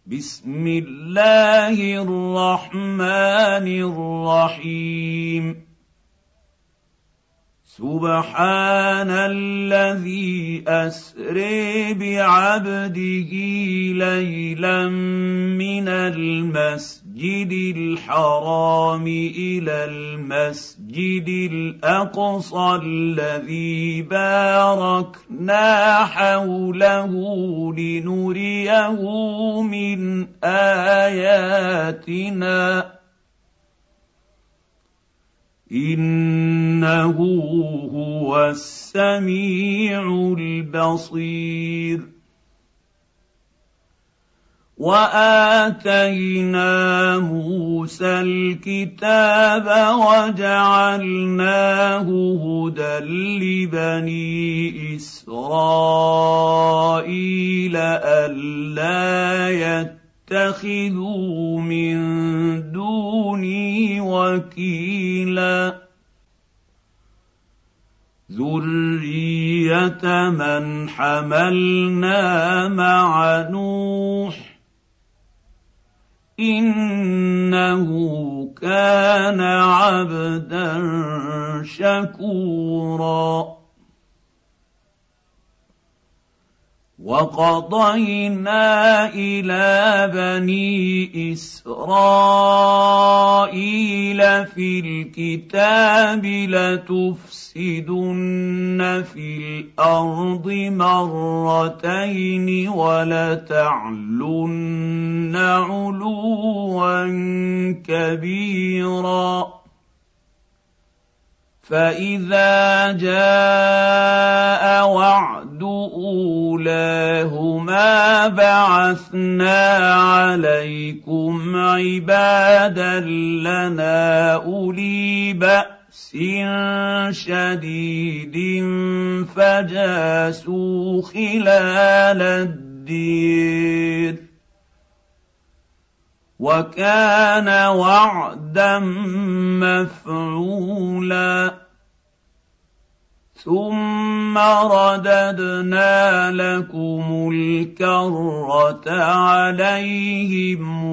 بسم الله الرحمن الرحيم سبحان الذي أسري بعبده ليلا من المسجد الحرام إلى المسجد الأقصى الذي باركنا حوله لنريه من آياتنا إنه هو السميع البصير وآتينا موسى الكتاب وجعلناه هدى لبني إسرائيل ألا يتخذوا من دوني وكيلا ذرية من حملنا مع نوح إنه كان عبدا شكورا وقضينا إلى بني إسرائيل في الكتاب لتفسدن في الأرض مرتين ولتعلن علوا كبيرا فإذا جاء وعد أولاهما بعثنا عليكم عبادا لنا أولي بأس شديد فجاسوا خلال الدير وكان وعدا مفعولا ثم رددنا لكم الكرة عليهم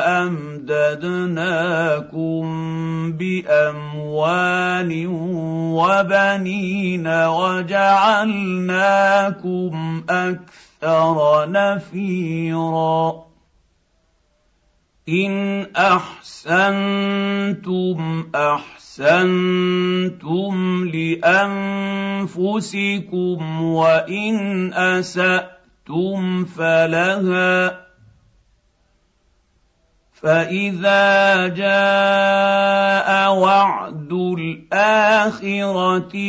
وأمددناكم بأموال وبنين وجعلناكم أكثر نفيرا إن أحسنتم أحسنتم لأنفسكم وإن أسأتم فلها فإذا جاء وعد الآخرة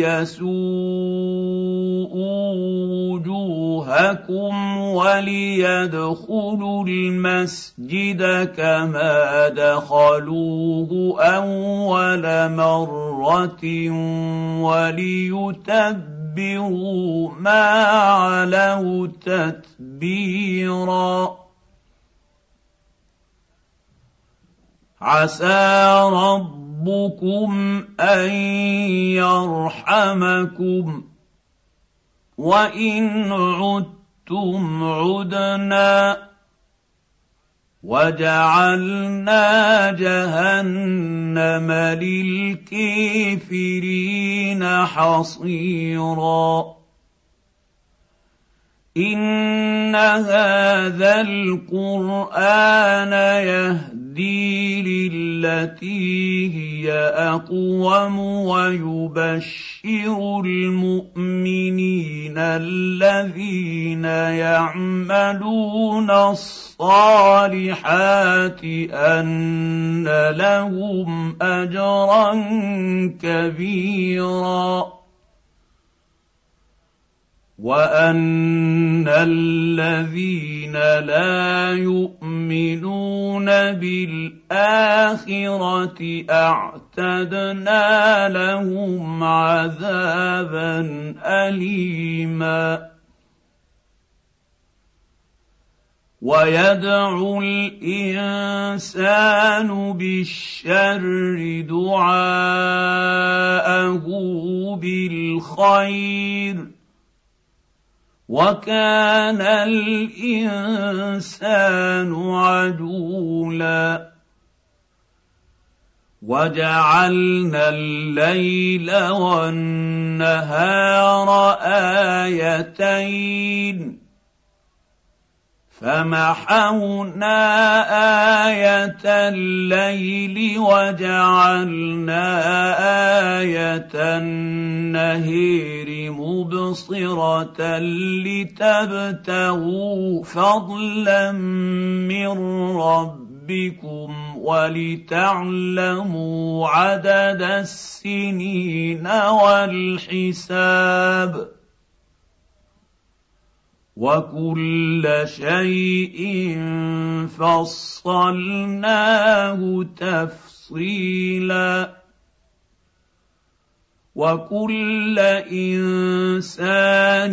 ليسوءوا وجوهكم وليدخلوا المسجد كما دخلوه أول مرة وليتبروا ما علوا تتبيرا عسى ربكم أن يرحمكم وإن عدتم عدنا وجعلنا جهنم للكافرين حصيرا إن هذا القرآن يهدي للتي هي أقوم ويبشر المؤمنين الذين يعملون الصالحات أن لهم أجرا كبيرا وأن الذين لا يؤمنون بالآخرة أعتدنا لهم عذابا أليما ويدعو الإنسان بالشر دعاءه بالخير وكان الإنسان عجولا وجعلنا الليل والنهار آيتين فمحونا آية الليل وجعلنا آية النهار مبصرة لتبتغوا فضلا من ربكم ولتعلموا عدد السنين والحساب وكل شيء فصلناه تفصيلا وكل إنسان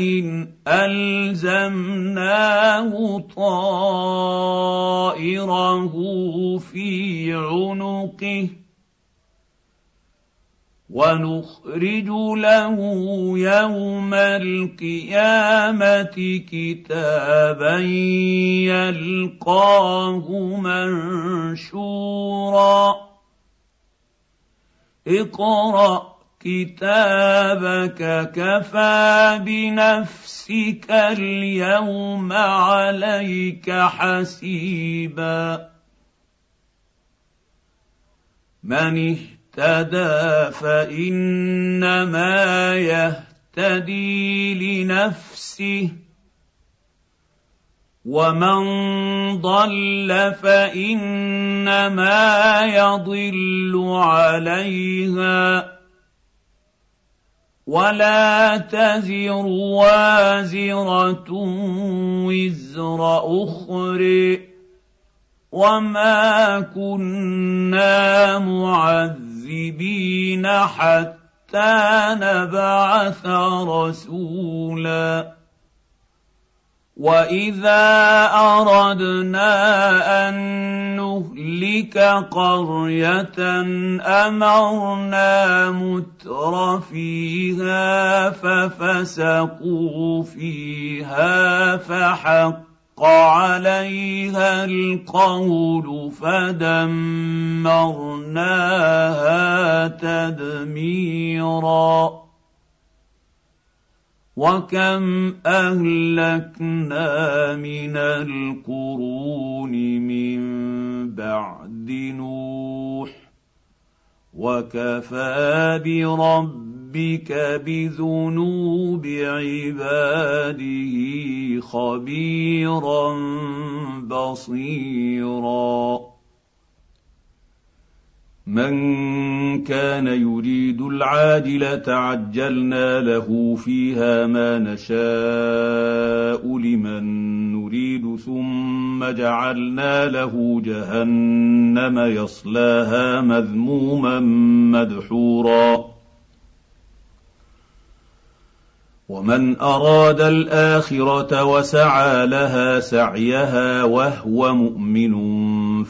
ألزمناه طائره في عنقه ونخرج له يوم القيامة كتابا يلقاه منشورا اقرأ كتابك كفى بنفسك اليوم عليك حسيبا من اهتدى فإنما يهتدي لنفسه ومن ضل فإنما يضل عليها ولا تزر وازرة وزر أخرى وما كنا معذبين حتى نبعث رسولا وإذا أردنا أن نهلك قرية أمرنا متر فيها ففسقوا فيها فحق عليها القول فدمرناها تدميرا وكم أهلكنا من القرون من بعد نوح وكفى بربك بذنوب عباده خبيرا بصيرا من كان يريد العاجلة عجلنا له فيها ما نشاء لمن نريد ثم جعلنا له جهنم يصلاها مذموما مدحورا ومن أراد الآخرة وسعى لها سعيها وهو مؤمن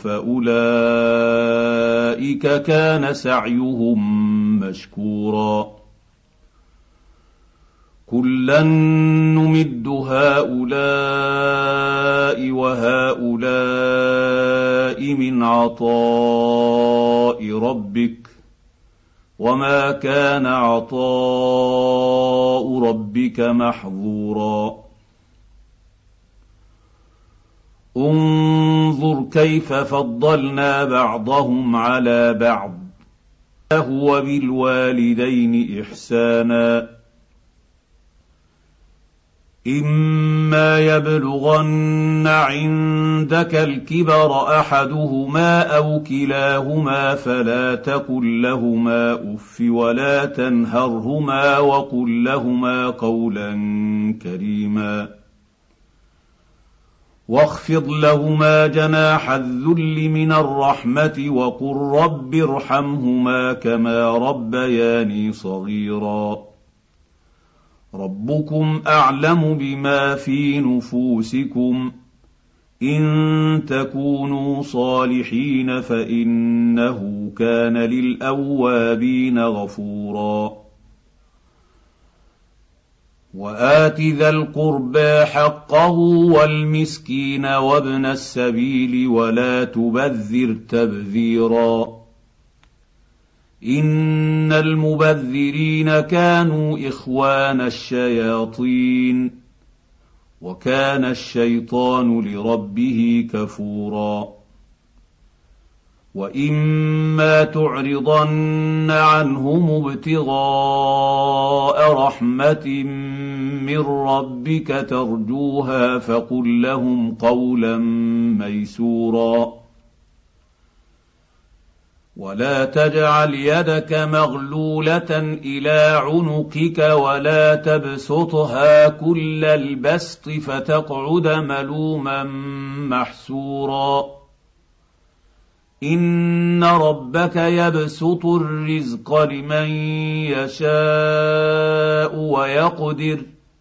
فأولئك كان سعيهم مشكورا كلا نمد هؤلاء وهؤلاء من عطاء ربك وما كان عطاء ربك محظورا انظر كيف فضلنا بعضهم على بعض وهو بالوالدين إحسانا إما يبلغن عندك الكبر أحدهما أو كلاهما فلا تقل لهما أف ولا تنهرهما وقل لهما قولا كريما واخفض لهما جناح الذل من الرحمة وقل رب ارحمهما كما ربياني صغيرا ربكم أعلم بما في نفوسكم إن تكونوا صالحين فإنه كان للأوابين غفورا وآت ذا القربى حقه والمسكين وابن السبيل ولا تبذر تبذيرا إن المبذرين كانوا إخوان الشياطين وكان الشيطان لربه كفورا وإما تعرضن عنهم ابتغاء رحمة من ربك ترجوها فقل لهم قولا ميسورا ولا تجعل يدك مغلولة إلى عنقك ولا تبسطها كل البسط فتقعد ملوما محسورا إن ربك يبسط الرزق لمن يشاء ويقدر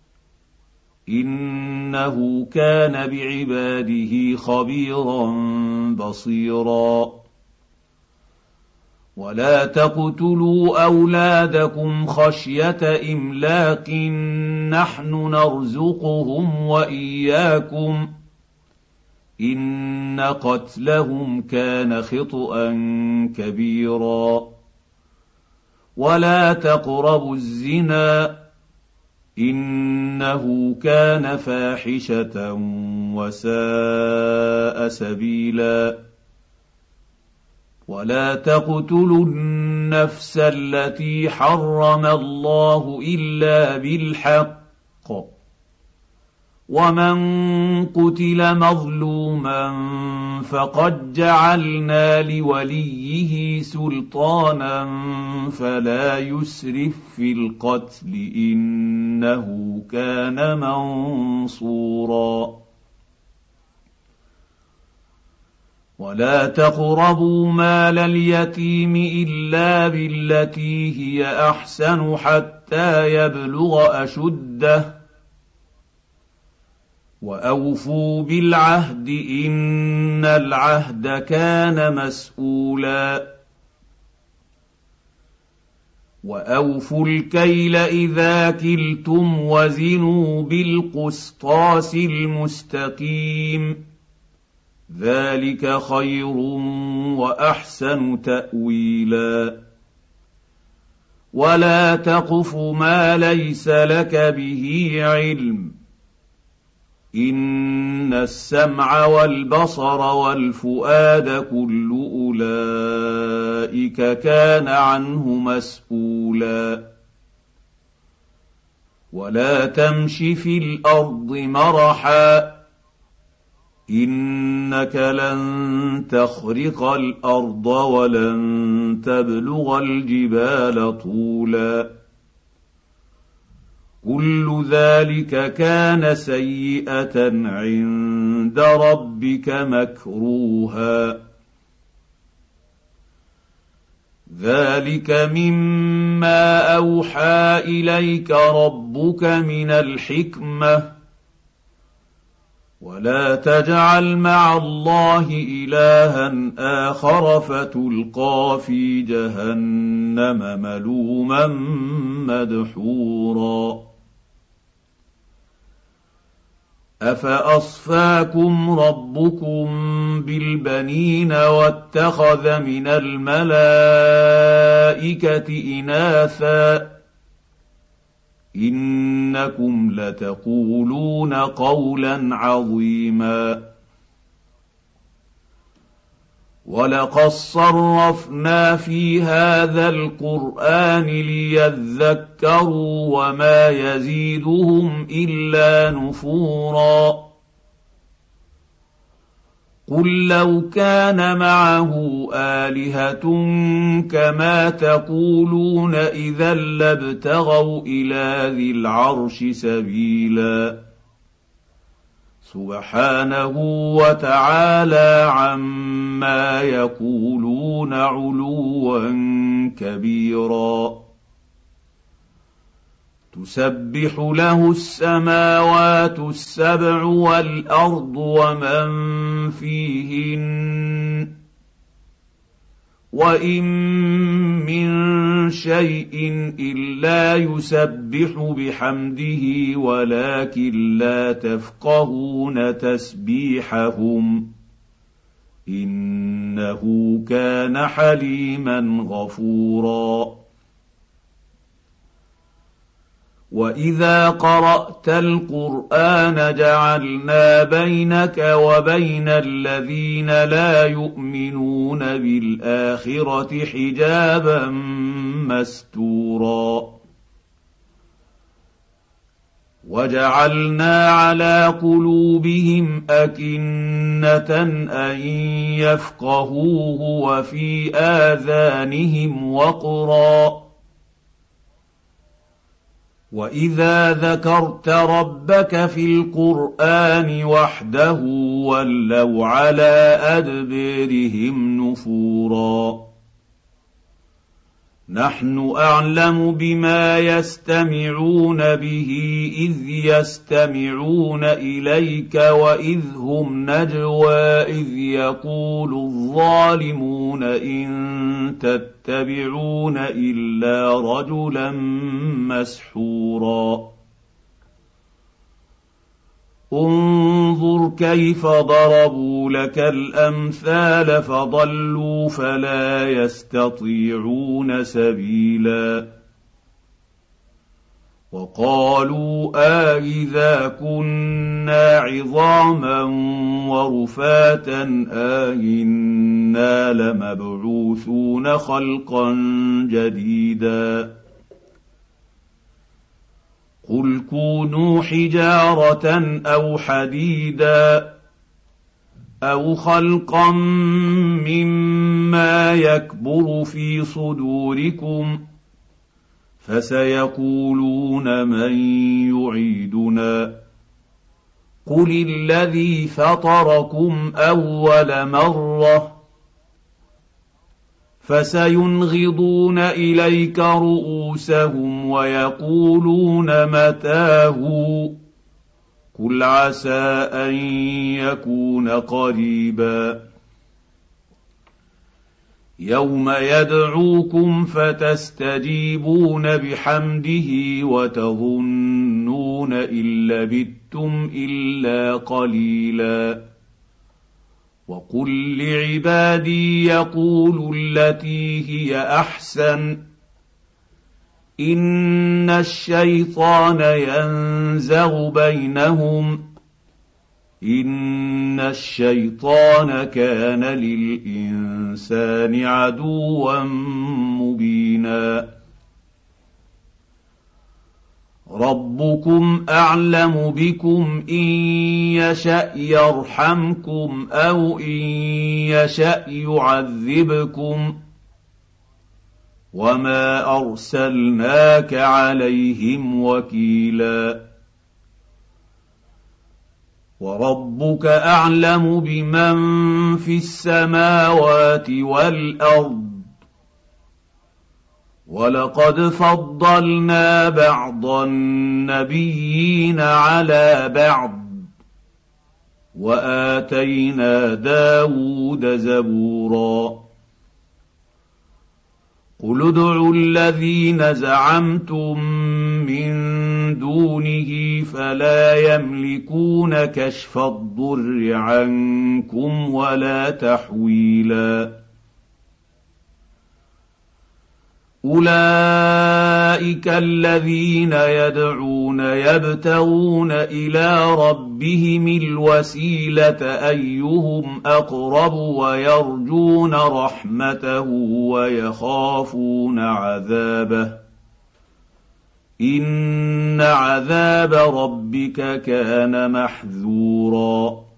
إنه كان بعباده خبيرا بصيرا ولا تقتلوا أولادكم خشية إملاق نحن نرزقهم وإياكم إن قتلهم كان خطأ كبيرا ولا تقربوا الزنا إنه كان فاحشة وساء سبيلا ولا تقتلوا النفس التي حرم الله إلا بالحق ومن قتل مظلوما فقد جعلنا لوليه سلطانا فلا يسرف في القتل إنه كان منصورا ولا تقربوا مال اليتيم إلا بالتي هي أحسن حتى يبلغ أشده وأوفوا بالعهد إن العهد كان مسؤولا وأوفوا الكيل إذا كلتم وزنوا بالقسطاس المستقيم ذلك خير وأحسن تأويلا ولا تقف ما ليس لك به علم إن السمع والبصر والفؤاد كل أولئك كان عنه مسؤولا ولا تمش في الأرض مرحا إنك لن تخرق الأرض ولن تبلغ الجبال طولا كل ذلك كان سيئة عند ربك مكروها ذلك مما أوحى إليك ربك من الحكمة ولا تجعل مع الله إلها آخر فتلقى في جهنم ملوما مدحورا أفأصفاكم ربكم بالبنين واتخذ من الملائكة إناثا إنكم لتقولون قولا عظيما ولقد صرفنا في هذا القرآن ليذكروا وما يزيدهم إلا نفورا قل لو كان معه آلهة كما تقولون إذا لابتغوا إلى ذي العرش سبيلا سبحانه وتعالى عما يقولون علوا كبيرا تسبح له السماوات السبع والأرض ومن فيهن وَإِن مِّن شَيْءٍ إِلَّا يُسَبِّحُ بِحَمْدِهِ وَلَٰكِن لَّا تَفْقَهُونَ تَسْبِيحَهُمْ ۗ إِنَّهُ كَانَ حَلِيمًا غَفُورًا. وَإِذَا قَرَأْتَ الْقُرْآنَ جَعَلْنَا بَيْنَكَ وَبَيْنَ الَّذِينَ لَا يُؤْمِنُونَ بِالْآخِرَةِ حِجَابًا مَّسْتُورًا. وَجَعَلْنَا عَلَىٰ قُلُوبِهِمْ أَكِنَّةً أَن يَفْقَهُوهُ وَفِي آذَانِهِمْ وَقْرًا ۚ وَإِذَا ذَكَرْتَ رَبَّكَ فِي الْقُرْآنِ وَحْدَهُ وَلَّوْا عَلَىٰ أَدْبَارِهِمْ نُفُورًا. نَّحْنُ أَعْلَمُ بِمَا يَسْتَمِعُونَ بِهِ إِذْ يَسْتَمِعُونَ إِلَيْكَ وَإِذْ هُمْ نَجْوَىٰ إِذْ يَقُولُ الظَّالِمُونَ إِن تَتَّبِعُونَ إِلَّا رَجُلًا مَّسْحُورًا. انظُرْ كَيْفَ ضَرَبُوا لَكَ الْأَمْثَالَ فَضَلُّوا فَلَا يَسْتَطِيعُونَ سَبِيلًا. وَقَالُوا أَإِذَا كُنَّا عِظَامًا وَرُفَاتًا أَإِنَّا لَمَبْعُوثُونَ خَلْقًا جَدِيدًا. قُلْ كُونُوا حِجَارَةً أَوْ حَدِيدًا أَوْ خَلْقًا مِّمَّا يَكْبُرُ فِي صُدُورِكُمْ فَسَيَقُولُونَ مَن يُعِيدُنَا قُلِ الَّذِي فَطَرَكُمْ أَوَّلَ مَرَّةٍ فَسَيُنْغِضُونَ إِلَيْكَ رُءُوسَهُمْ وَيَقُولُونَ مَتَىٰ هُوَ ۖ قُلْ عَسَىٰ أَن يَكُونَ قَرِيبًا. يَوْمَ يَدْعُوكُمْ فَتَسْتَجِيبُونَ بِحَمْدِهِ وَتَظُنُّونَ إِن لَّبِثْتُمْ إِلَّا قَلِيلًا. وَقُل لِّعِبَادِي يَقُولُوا الَّتِي هِيَ أَحْسَنُ إِنَّ الشَّيْطَانَ يَنزَغُ بَيْنَهُمْ إِنَّ الشَّيْطَانَ كَانَ لِلْإِنسَانِ عَدُوًّا مُّبِينًا. رَبُّكُمْ أَعْلَمُ بِكُمْ إِن يَشَأْ يَرْحَمْكُمْ أَوْ إِن يَشَأْ يُعَذِّبْكُمْ ۚ وَمَا أَرْسَلْنَاكَ عَلَيْهِمْ وَكِيلًا. وَرَبُّكَ أَعْلَمُ بِمَن فِي السَّمَاوَاتِ وَالْأَرْضِ ۗ وَلَقَدْ فَضَّلْنَا بَعْضَ النَّبِيِّينَ عَلَىٰ بَعْضٍ ۖ وَآتَيْنَا دَاوُودَ زَبُورًا. قُلِ ادْعُوا الَّذِينَ زَعَمْتُم مِّن دُونِهِ فَلَا يَمْلِكُونَ كَشْفَ الضُّرِّ عَنكُمْ وَلَا تَحْوِيلًا. أُولَٰئِكَ الَّذِينَ يَدْعُونَ يَبْتَغُونَ إِلَىٰ رَبِّهِمِ الْوَسِيلَةَ أَيُّهُمْ أَقْرَبُ وَيَرْجُونَ رَحْمَتَهُ وَيَخَافُونَ عَذَابَهُ ۚ إِنَّ عَذَابَ رَبِّكَ كَانَ مَحْذُورًا.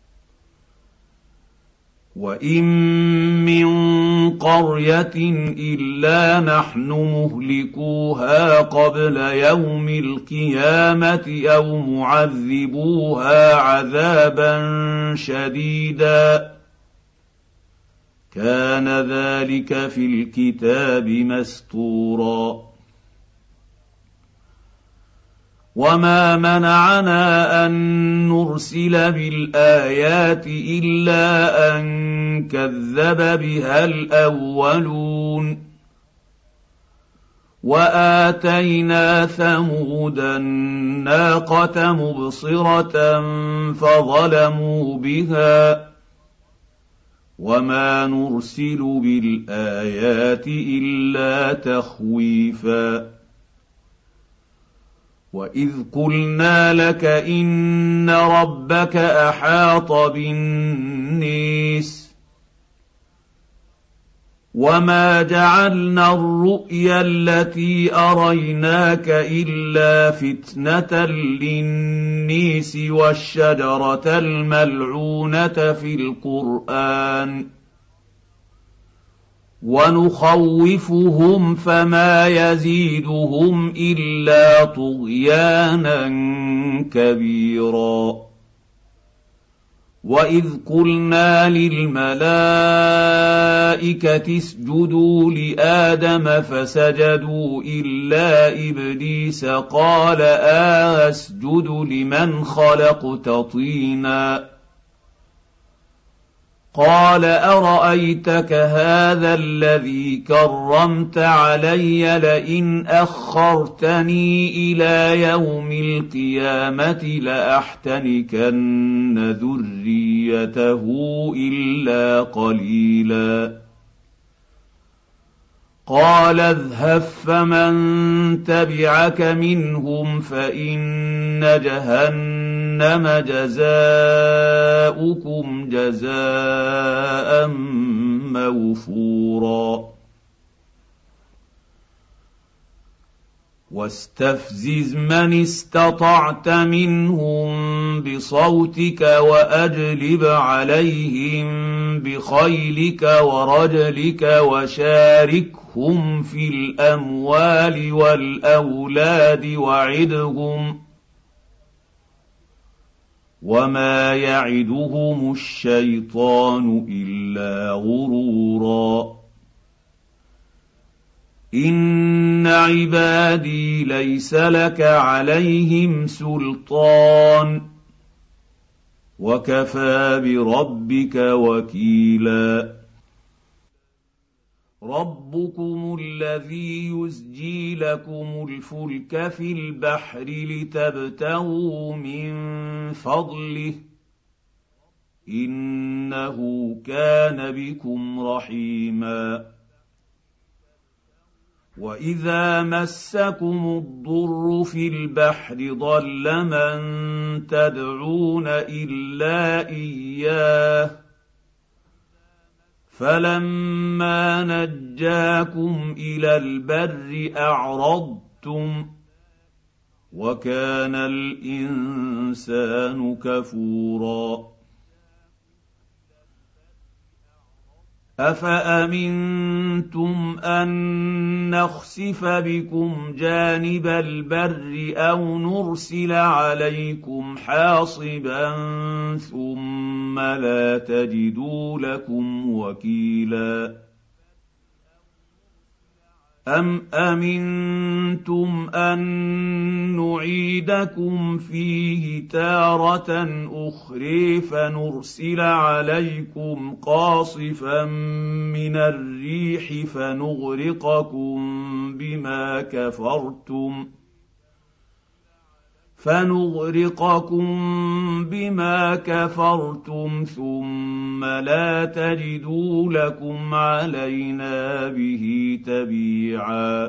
وَإِن مِّن قَرْيَةٍ إِلَّا نَحْنُ مُهْلِكُوهَا قَبْلَ يَوْمِ الْقِيَامَةِ أَوْ مُعَذِّبُوهَا عَذَابًا شَدِيدًا ۚ كَانَ ذَٰلِكَ فِي الْكِتَابِ مَسْطُورًا. وما منعنا أن نرسل بالآيات إلا أن كذب بها الأولون وآتينا ثمود الناقة مبصرة فظلموا بها وما نرسل بالآيات إلا تخويفا وإذ قلنا لك إن ربك أحاط بالناس وما جعلنا الرؤيا التي أريناك إلا فتنة للناس والشجرة الملعونة في القرآن ونخوفهم فما يزيدهم إلا طغيانا كبيرا وإذ قلنا للملائكة اسجدوا لآدم فسجدوا إلا إبليس قال أسجد لمن خلقت طينا قال أرأيتك هذا الذي كرمت علي لئن أخرتني إلى يوم القيامة لأحتنكن ذريته إلا قليلا قال اذهب فمن تبعك منهم فإن جهنم جزاؤكم جزاء موفورا واستفزز من استطعت منهم بصوتك وأجلب عليهم بخيلك ورجلك وشاركهم في الأموال والأولاد وعدهم وما يعدهم الشيطان إلا غرورا إن عبادي ليس لك عليهم سلطان وكفى بربك وكيلا ربكم الذي يزجي لكم الفلك في البحر لتبتغوا من فضله إنه كان بكم رحيما وإذا مسكم الضر في البحر ضل من تدعون إلا إياه فلما نجاكم إلى البر أعرضتم وكان الإنسان كفورا أفأمنتم أن نخسف بكم جانب البر أو نرسل عليكم حاصبا ثم لا تجدوا لكم وكيلا أم أمنتم أن نعيدكم فيه تارة أخرى فنرسل عليكم قاصفا من الريح فنغرقكم بما كفرتم ثم لا تجدوا لكم علينا به تبيعا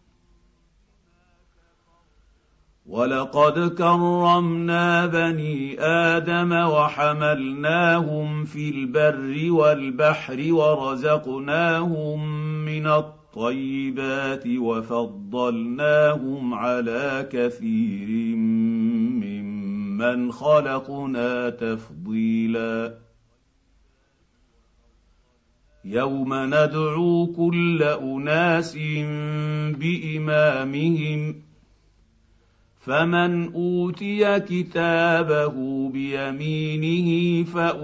ولقد كرمنا بني آدم وحملناهم في البر والبحر ورزقناهم من الطيبات وفضلناهم على كثير ممن خلقنا تفضيلا يوم ندعو كل أناس بإمامهم فمن أوتي كتابه بيمينه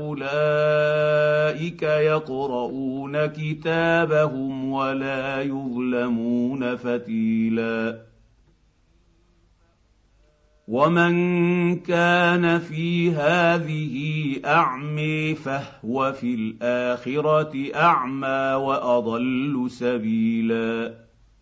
فأولئك يقرؤون كتابهم ولا يظلمون فتيلا ومن كان في هذه أعمي فهو في الآخرة أعمى وأضل سبيلا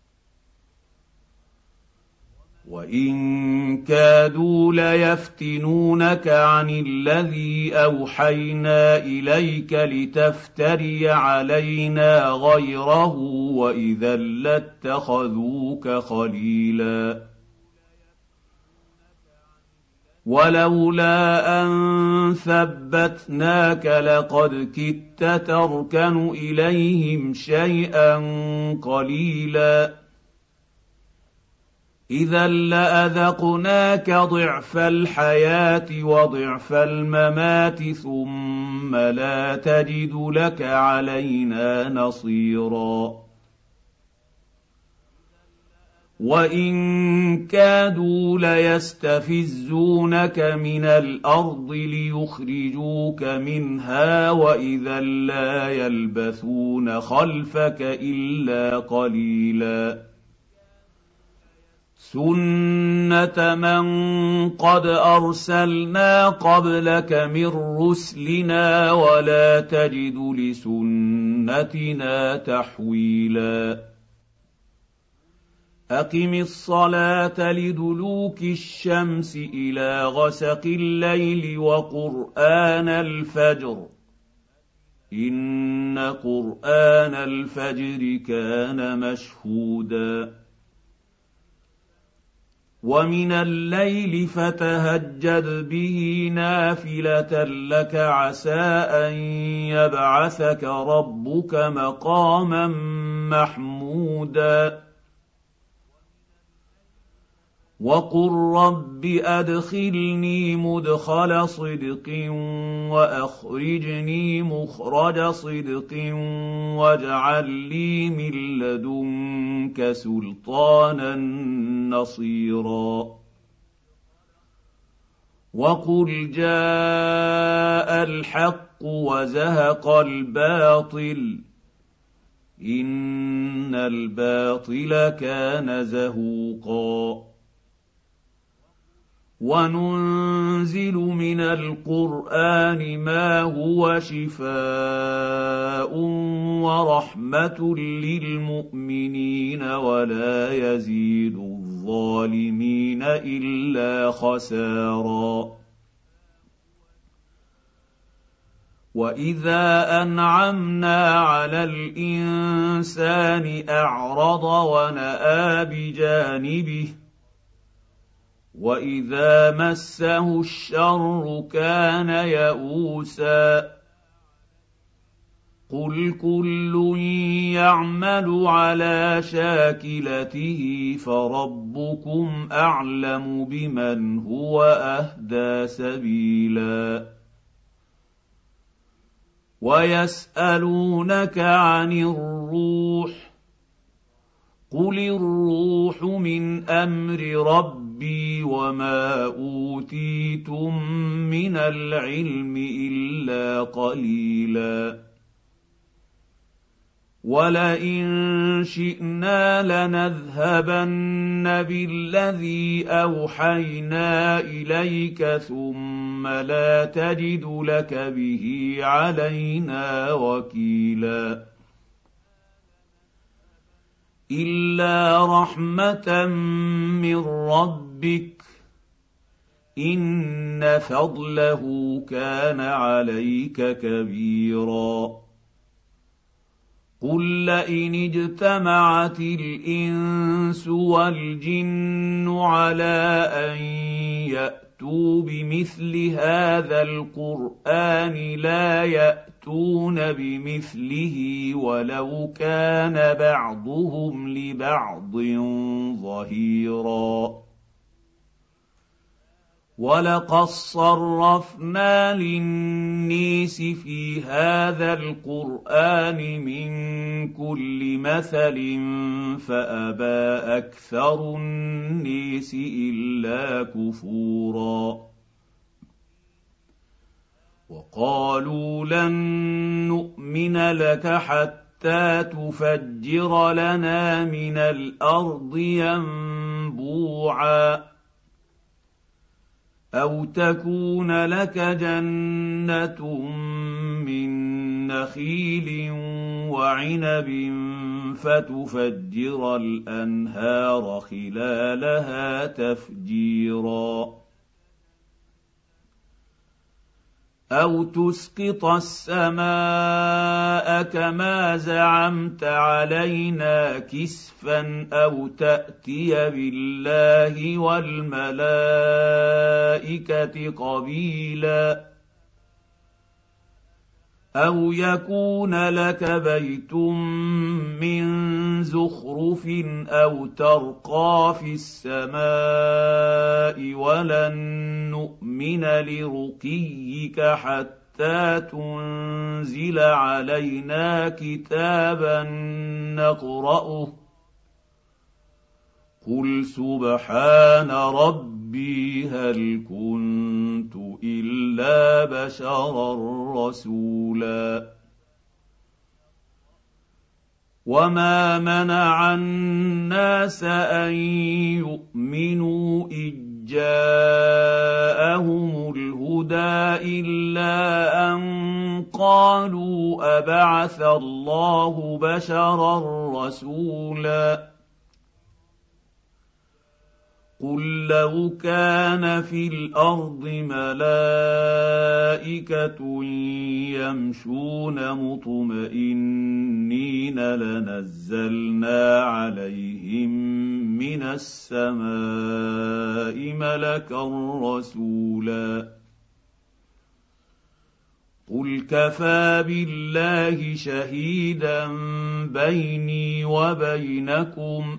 وإن كادوا ليفتنونك عن الذي أوحينا إليك لتفتري علينا غيره وإذا لاتخذوك خليلا ولولا أن ثبتناك لقد كدت تركن إليهم شيئا قليلا إذا لأذقناك ضعف الحياة وضعف الممات ثم لا تجد لك علينا نصيرا وإن كادوا ليستفزونك من الأرض ليخرجوك منها وإذا لا يلبثون خلفك إلا قليلا سنة من قد أرسلنا قبلك من رسلنا ولا تجد لسنتنا تحويلا أقم الصلاة لدلوك الشمس إلى غسق الليل وقرآن الفجر إن قرآن الفجر كان مشهودا ومن الليل فتهجد به نافلة لك عسى أن يبعثك ربك مقاما محمودا وقل رب أدخلني مدخل صدق وأخرجني مخرج صدق واجعل لي من لدنك سلطانا نصيرا وقل جاء الحق وزهق الباطل إن الباطل كان زهوقا وننزل من القرآن ما هو شفاء ورحمة للمؤمنين ولا يزيد الظالمين إلا خسارا وإذا أنعمنا على الإنسان أعرض ونأى بجانبه وإذا مسه الشر كان يئوسا قل كل يعمل على شاكلته فربكم أعلم بمن هو أهدى سبيلا ويسألونك عن الروح قل الروح من أمر ربي وما أوتيتم من العلم إلا قليلا ولئن شئنا لنذهبن بالذي أوحينا إليك ثم لا تجد لك به علينا وكيلا إلا رحمة من ربك إن فضله كان عليك كبيرا قل لئن اجتمعت الإنس والجن على أن يأتوا بمثل هذا القرآن لا يأتون بمثله ولو كان بعضهم لبعض ظهيرا ولقد صرفنا للناس في هذا القرآن من كل مثل فأبى أكثر الناس إلا كفورا وقالوا لن نؤمن لك حتى تفجر لنا من الأرض ينبوعا أَوْ تَكُونَ لَكَ جَنَّةٌ مِّن نَّخِيلٍ وَعِنَبٍ فَتُفَجِّرَ الْأَنْهَارَ خِلَالَهَا تَفْجِيرًا أَوْ تُسْقِطَ السَّمَاءَ كَمَا زَعَمْتَ عَلَيْنَا كِسْفًا أَوْ تَأْتِيَ بِاللَّهِ وَالْمَلَائِكَةِ قَبِيلًا أَوْ يَكُونَ لَكَ بَيْتٌ مِّن زُخْرُفٍ أَوْ تَرْقَىٰ فِي السَّمَاءِ وَلَن نُّؤْمِنَ لِرُقِيِّكَ حَتَّىٰ تُنزِلَ عَلَيْنَا كِتَابًا نَّقْرَؤُهُ ۗ قُلْ سُبْحَانَ رَبِّي هَلْ كُنتُ إِلَّا بَشَرًا رَّسُولًا وَمَا مَنَعَ النَّاسَ أَن يُؤْمِنُوا إِذ جَاءَهُمُ الْهُدَىٰ إِلَّا أَن قَالُوا أَبَعَثَ اللَّهُ بَشَرًا رَّسُولًا قُل لَّوْ كَانَ فِي الْأَرْضِ مَلَائِكَةٌ يَمْشُونَ مُطْمَئِنِّينَ لَنَزَّلْنَا عَلَيْهِم مِّنَ السَّمَاءِ مَلَكًا رَّسُولًا قُلْ كَفَىٰ بِاللَّهِ شَهِيدًا بَيْنِي وَبَيْنَكُمْ ۚ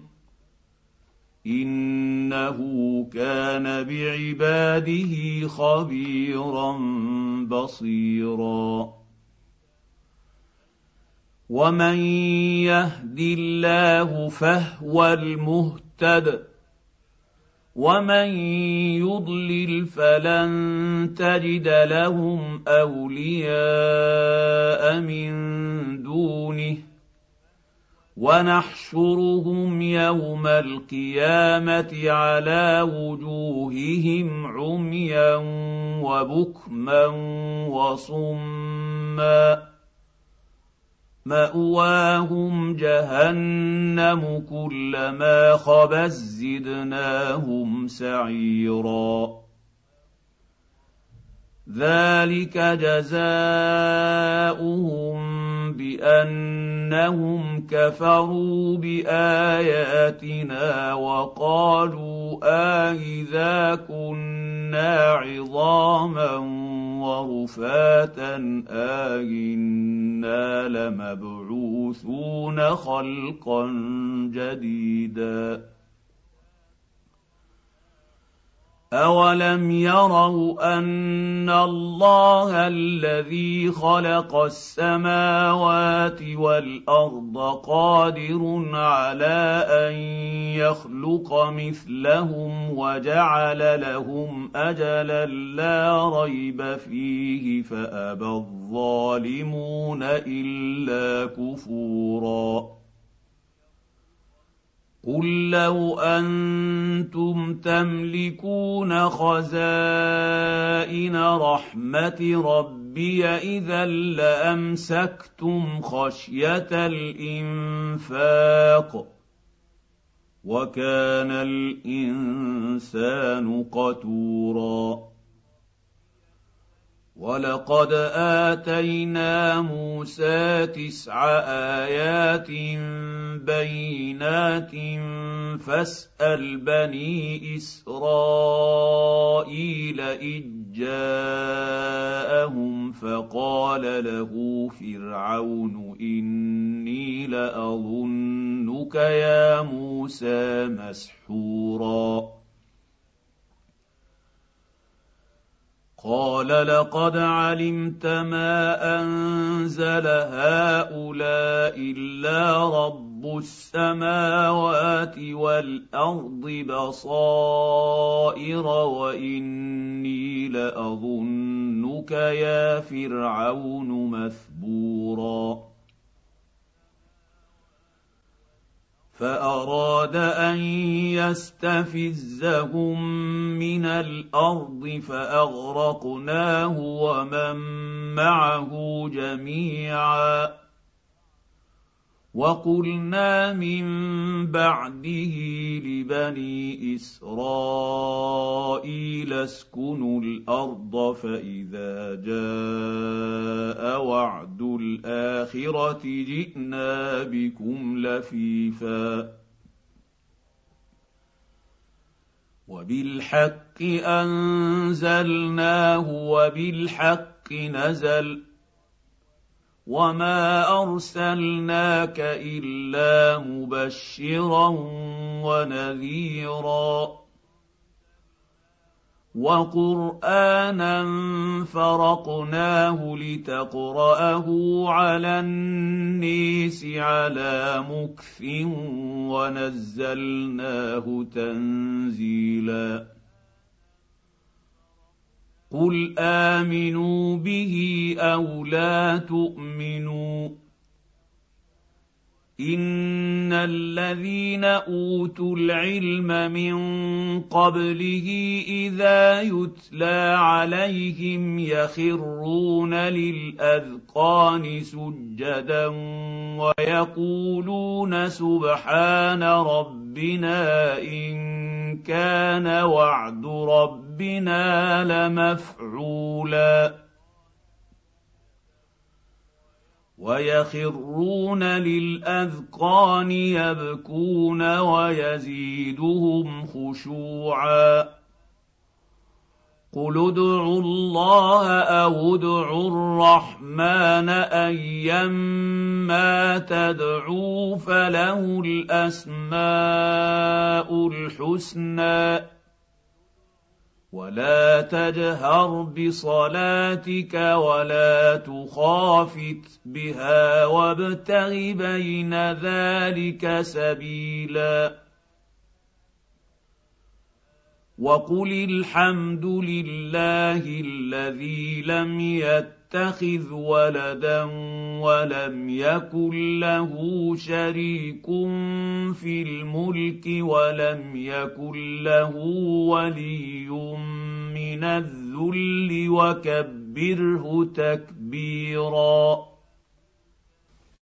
إِنَّهُ كَانَ بِعِبَادِهِ خَبِيرًا بَصِيرًا وَمَن يَهْدِ اللَّهُ فَهُوَ الْمُهْتَدِ وَمَن يُضْلِلْ فَلَن تَجِدَ لَهُمْ أَوْلِيَاءَ مِن دُونِهِ وَنَحْشُرُهُمْ يَوْمَ الْقِيَامَةِ عَلَىٰ وُجُوهِهِمْ عُمْيًا وَبُكْمًا وَصُمًّا ۖ مَّأْوَاهُمْ جَهَنَّمُ كُلَّمَا خَبَتْ زِدْنَاهُمْ سَعِيرًا ذَٰلِكَ جَزَاؤُهُم بِأَنَّهُمْ كَفَرُوا بِآيَاتِنَا وَقَالُوا أَإِذَا كُنَّا عِظَامًا وَرُفَاتًا أَإِنَّا لَمَبْعُوثُونَ خَلْقًا جَدِيدًا أَوَلَمْ يَرَوْا أَنَّ اللَّهَ الَّذِي خَلَقَ السَّمَاوَاتِ وَالْأَرْضَ قَادِرٌ عَلَىٰ أَن يَخْلُقَ مِثْلَهُمْ وَجَعَلَ لَهُمْ أَجَلًا لَّا رَيْبَ فِيهِ فَأَبَى الظَّالِمُونَ إِلَّا كُفُورًا قُل لَّوْ أَنتُمْ تَمْلِكُونَ خَزَائِنَ رَحْمَةِ رَبِّي إِذًا لَّأَمْسَكْتُمْ خَشْيَةَ الْإِنفَاقِ ۚ وَكَانَ الْإِنسَانُ قَتُورًا وَلَقَدْ آتَيْنَا مُوسَىٰ 9 آيَاتٍ بَيِّنَاتٍ فَاسْأَلْ بَنِي إِسْرَائِيلَ إِذ جَاءَهُمْ فَقَالَ لَهُ فِرْعَوْنُ إِنِّي لَأَظُنُّكَ يَا مُوسَىٰ مَسْحُورًا قَالَ لَقَدْ عَلِمْتَ مَا أَنزَلَ هَٰؤُلَاءِ إِلَّا رَبُّ السَّمَاوَاتِ وَالْأَرْضِ بَصَائِرَ وَإِنِّي لَأَظُنُّكَ يَا فِرْعَوْنُ مَثْبُورًا فأراد أن يستفزهم من الأرض فأغرقناه ومن معه جميعا وقلنا من بعده لبني إسرائيل اسكنوا الأرض فإذا جاء وعد الآخرة جئنا بكم لفيفا وبالحق أنزلناه وبالحق نزل وما أرسلناك إلا مبشرا ونذيرا وقرآنا فرقناه لتقرأه على الناس على مكث ونزلناه تنزيلا قل آمنوا به أو لا تؤمنوا إن الذين أوتوا العلم من قبله إذا يتلى عليهم يخرون للأذقان سجدا ويقولون سبحان ربنا إن كان وعد ربنا لمفعولا ويخرون للأذقان يبكون ويزيدهم خشوعا قل ادعوا الله أو ادعوا الرحمن أيما تدعوا فله الأسماء الحسنى ولا تجهر بصلاتك ولا تخافت بها وابتغ بين ذلك سبيلا وقل الحمد لله الذي لم يتخذ ولدا ولم يكن له شريك في الملك ولم يكن له ولي من الذل وكبره تكبيرا